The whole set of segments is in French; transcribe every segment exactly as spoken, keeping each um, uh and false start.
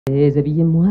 Déshabillez-moi.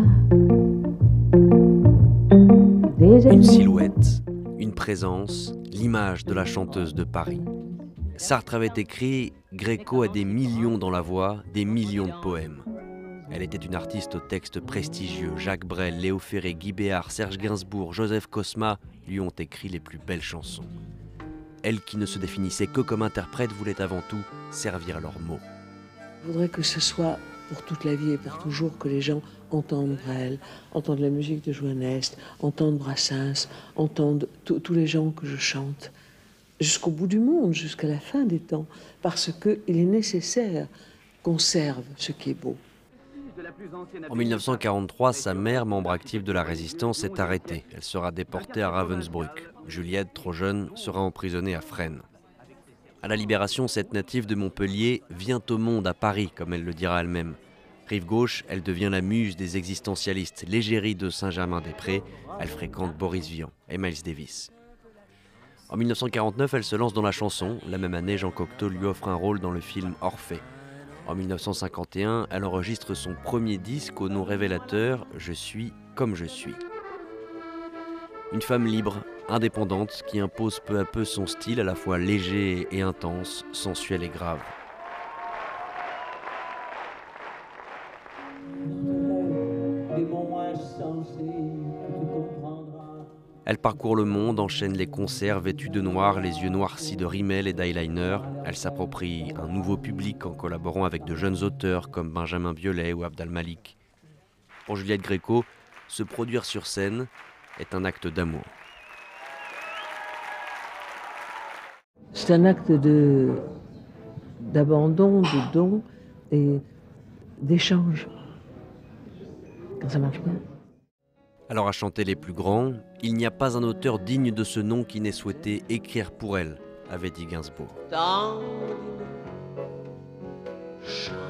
Une Déshabillez-moi. silhouette, une présence, l'image de la chanteuse de Paris. Sartre avait écrit « Gréco a des millions dans la voix, des millions de poèmes ». Elle était une artiste au texte prestigieux. Jacques Brel, Léo Ferré, Guy Béard, Serge Gainsbourg, Joseph Cosma lui ont écrit les plus belles chansons. Elle qui ne se définissait que comme interprète voulait avant tout servir leurs mots. Je voudrais que ce soit pour toute la vie et pour toujours que les gens entendent Brel, entendent la musique de Joan Est, entendent Brassens, entendent tous les gens que je chante, jusqu'au bout du monde, jusqu'à la fin des temps, parce qu'il est nécessaire qu'on serve ce qui est beau. En mille neuf cent quarante-trois, sa mère, membre active de la résistance, est arrêtée. Elle sera déportée à Ravensbrück. Juliette, trop jeune, sera emprisonnée à Fresnes. À la Libération, cette native de Montpellier vient au monde à Paris, comme elle le dira elle-même. Rive gauche, elle devient la muse des existentialistes, l'égérie de Saint-Germain-des-Prés. Elle fréquente Boris Vian et Miles Davis. En mille neuf cent quarante-neuf, elle se lance dans la chanson. La même année, Jean Cocteau lui offre un rôle dans le film Orphée. En mille neuf cent cinquante et un, elle enregistre son premier disque au nom révélateur « Je suis comme je suis ». Une femme libre, indépendante, qui impose peu à peu son style à la fois léger et intense, sensuel et grave. Elle parcourt le monde, enchaîne les concerts vêtue de noir, les yeux noircis de rímel et d'eyeliner. Elle s'approprie un nouveau public en collaborant avec de jeunes auteurs comme Benjamin Biolay ou Abd al-Malik. Pour Juliette Gréco, se produire sur scène est un acte d'amour. C'est un acte de d'abandon, de don et d'échange. Quand ça marche pas. Alors à chanter les plus grands, il n'y a pas un auteur digne de ce nom qui n'ait souhaité écrire pour elle, avait dit Gainsbourg. Tant chante.